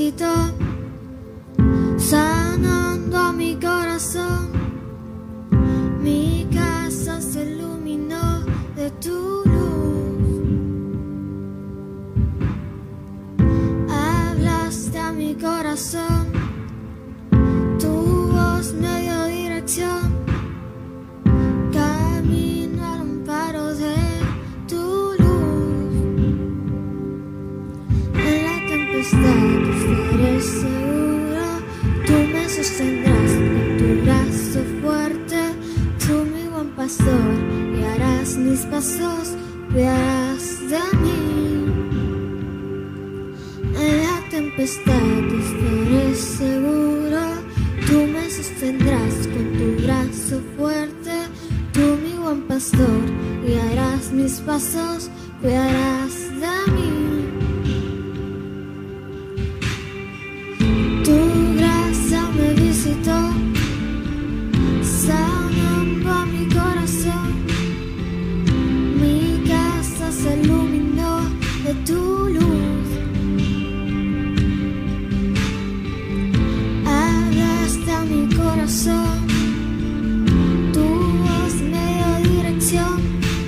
visitó, sanando mi corazón. Mi casa se iluminó de tu luz. Hablaste a mi corazón, tu voz me dio dirección. Camino al amparo de tu luz. En la tempestad estaré seguro, tú me sostendrás con tu brazo fuerte. Tú mi buen pastor, guiarás mis pasos, cuidarás de mí. En la tempestad estaré seguro, tú me sostendrás con tu brazo fuerte. Tú mi buen pastor, guiarás mis pasos, cuidarás de mí. Tu gracia me visitó, sanando a mi corazón. Mi casa se iluminó de tu luz. Hablaste a mi corazón, tu voz me dio dirección.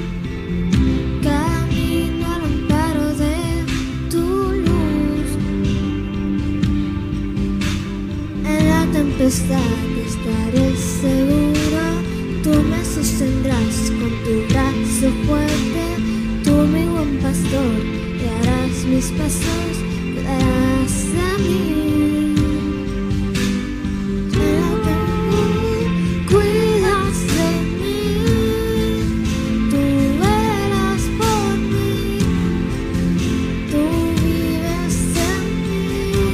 Camino al amparo de tu luz. En la tempestad estaré seguro, tú me sostendrás con tu brazo fuerte. Tú mi buen pastor, guiarás mis pasos, cuidarás de mí. Cuidas de mí, tú velas por mí, tú vives en mí.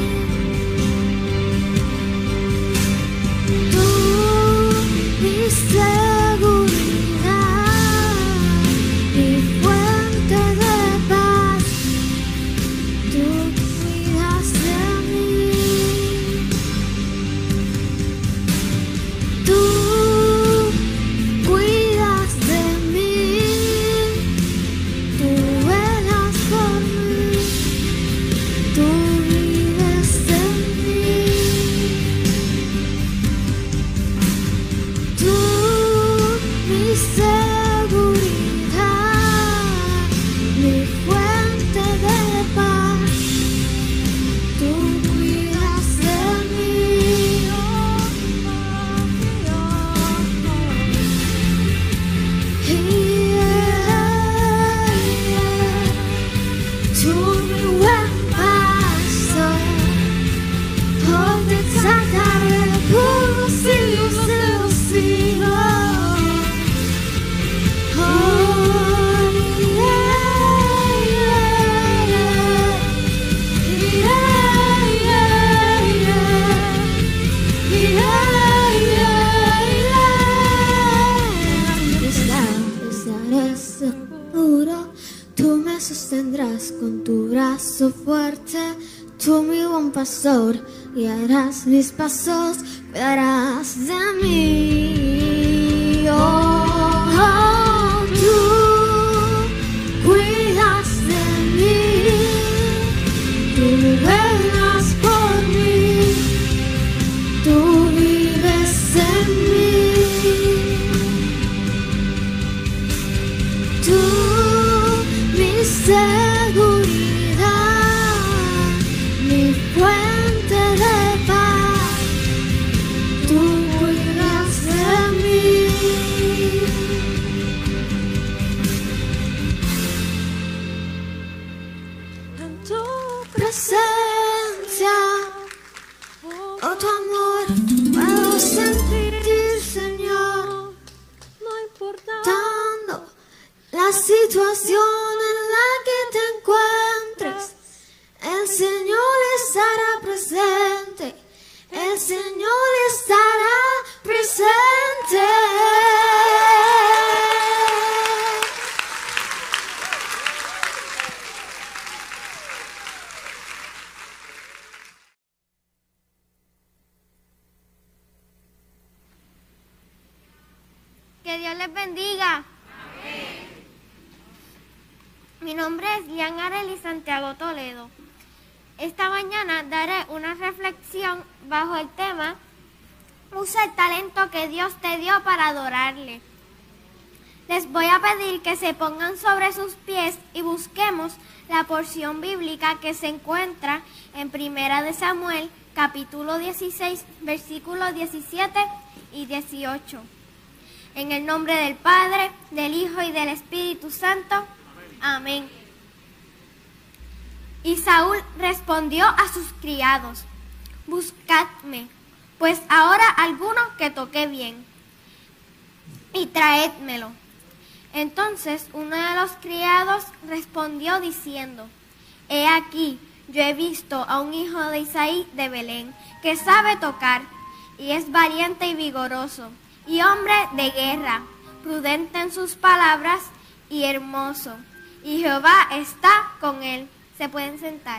Tú, mi seguridad, mi fuente de paz, tú cuidas de mí. Tú cuidas de mí, tú velas por mí, tú vives en mí. Tú, mi seguridad, mi fuente de paz, tú cuidas de mí. Tú mi buen pastor, oh, te exaltaré por los siglos de los siglos. Oh, estaré seguro, tú me sostendrás con tu brazo fuerte. Tú mi buen pastor, guiarás mis pasos, cuidarás de mí. Oh, tú cuidas de mí, tú velas por mí, tú vives en mí. Tú, mi seguridad, mi fuente de paz, tú cuidas de mí. En tu presencia, oh, tu amor puedo sentir, Señor, no importando la situación en la que te encuentres. El Señor estará presente, el Señor estará presente. Que Dios les bendiga. Mi nombre es Lian Arely Santiago Toledo. Esta mañana daré una reflexión bajo el tema usa el talento que Dios te dio para adorarle. Les voy a pedir que se pongan sobre sus pies y busquemos la porción bíblica que se encuentra en 1 Samuel, capítulo 16, versículos 17 y 18. En el nombre del Padre, del Hijo y del Espíritu Santo. Amén. Y Saúl respondió a sus criados: buscadme, pues ahora alguno que toque bien, y traédmelo. Entonces uno de los criados respondió diciendo: he aquí, yo he visto a un hijo de Isaí de Belén, que sabe tocar, y es valiente y vigoroso, y hombre de guerra, prudente en sus palabras, y hermoso, y Jehová está con él. Se pueden sentar.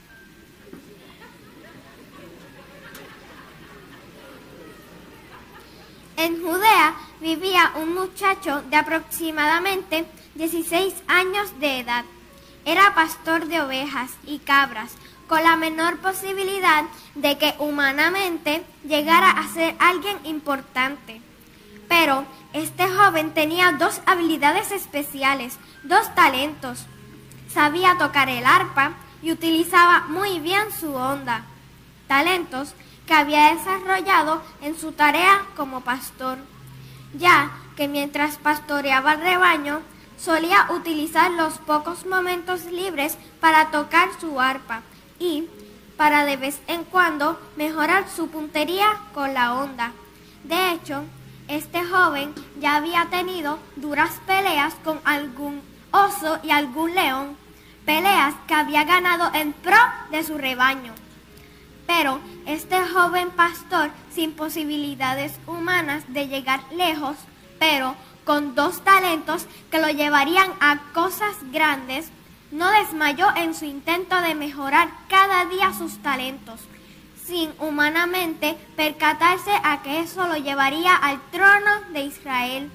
En Judea vivía un muchacho de aproximadamente 16 años de edad. Era pastor de ovejas y cabras, con la menor posibilidad de que humanamente llegara a ser alguien importante. Pero este joven tenía dos habilidades especiales, dos talentos. Sabía tocar el arpa y utilizaba muy bien su onda. Talentos que había desarrollado en su tarea como pastor, ya que mientras pastoreaba el rebaño, solía utilizar los pocos momentos libres para tocar su arpa y para de vez en cuando mejorar su puntería con la onda. De hecho, este joven ya había tenido duras peleas con algún oso y algún león, peleas que había ganado en pro de su rebaño. Pero este joven pastor, sin posibilidades humanas de llegar lejos, pero con dos talentos que lo llevarían a cosas grandes, no desmayó en su intento de mejorar cada día sus talentos, sin humanamente percatarse a que eso lo llevaría al trono de Israel.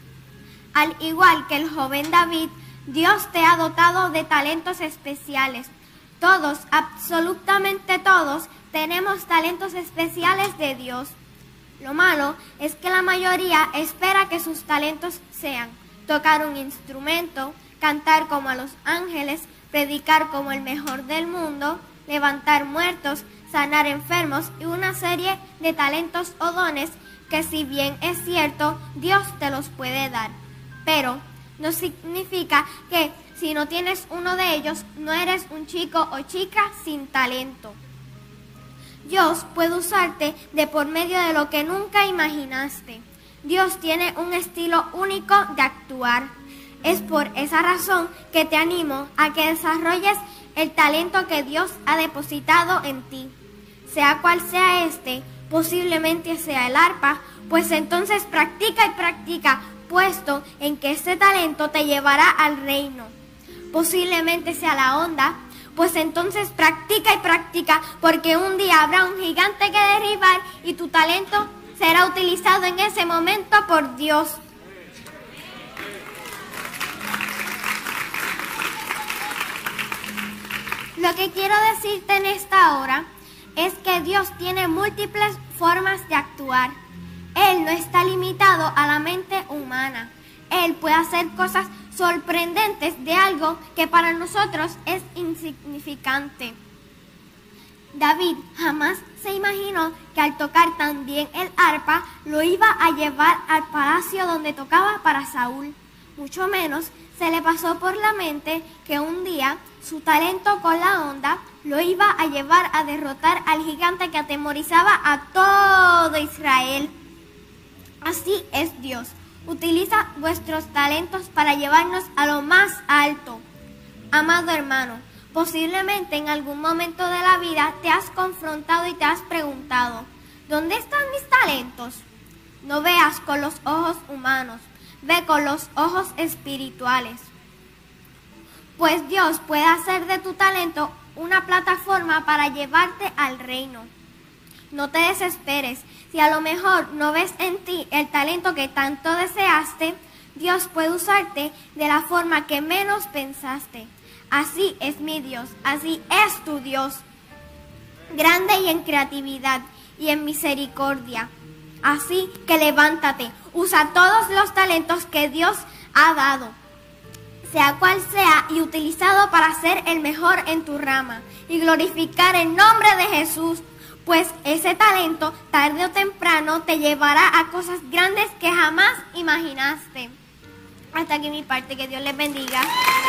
Al igual que el joven David, Dios te ha dotado de talentos especiales. Todos, absolutamente todos, tenemos talentos especiales de Dios. Lo malo es que la mayoría espera que sus talentos sean tocar un instrumento, cantar como a los ángeles, predicar como el mejor del mundo, levantar muertos, sanar enfermos y una serie de talentos o dones que, si bien es cierto, Dios te los puede dar. Pero no significa que si no tienes uno de ellos, no eres un chico o chica sin talento. Dios puede usarte de por medio de lo que nunca imaginaste. Dios tiene un estilo único de actuar. Es por esa razón que te animo a que desarrolles el talento que Dios ha depositado en ti. Sea cual sea este, posiblemente sea el arpa, pues entonces practica y practica, puesto en que este talento te llevará al reino. Posiblemente sea la onda, pues entonces practica y practica, porque un día habrá un gigante que derribar y tu talento será utilizado en ese momento por Dios. Lo que quiero decirte en esta hora es que Dios tiene múltiples formas de actuar. Él no está limitado a la mente humana. Él puede hacer cosas sorprendentes de algo que para nosotros es insignificante. David jamás se imaginó que al tocar tan bien el arpa lo iba a llevar al palacio donde tocaba para Saúl. Mucho menos se le pasó por la mente que un día su talento con la onda lo iba a llevar a derrotar al gigante que atemorizaba a todo Israel. Así es Dios. Utiliza vuestros talentos para llevarnos a lo más alto. Amado hermano, posiblemente en algún momento de la vida te has confrontado y te has preguntado: ¿dónde están mis talentos? No veas con los ojos humanos, ve con los ojos espirituales. Pues Dios puede hacer de tu talento una plataforma para llevarte al reino. No te desesperes. Si a lo mejor no ves en ti el talento que tanto deseaste, Dios puede usarte de la forma que menos pensaste. Así es mi Dios, así es tu Dios. grande y en creatividad y en misericordia. Así que levántate, usa todos los talentos que Dios ha dado, sea cual sea, y utilizado para ser el mejor en tu rama y glorificar el nombre de Jesús, pues ese talento tarde o temprano te llevará a cosas grandes que jamás imaginaste. Hasta aquí mi parte, que Dios les bendiga.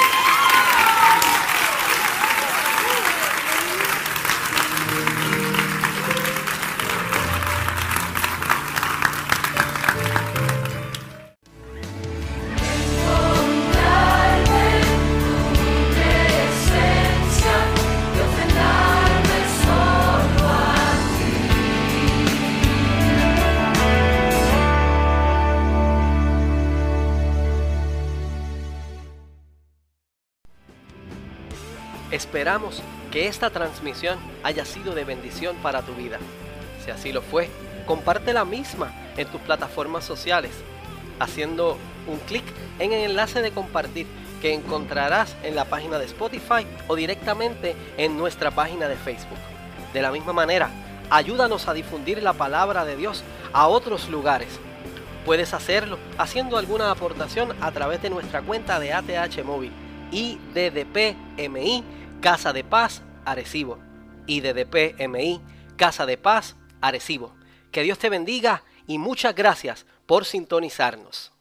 Esperamos que esta transmisión haya sido de bendición para tu vida. Si así lo fue, comparte la misma en tus plataformas sociales, haciendo un clic en el enlace de compartir que encontrarás en la página de Spotify o directamente en nuestra página de Facebook. De la misma manera, ayúdanos a difundir la palabra de Dios a otros lugares. Puedes hacerlo haciendo alguna aportación a través de nuestra cuenta de ATH Móvil, IDDPMI Casa de Paz Arecibo, IDDPMI Casa de Paz Arecibo. Que Dios te bendiga y muchas gracias por sintonizarnos.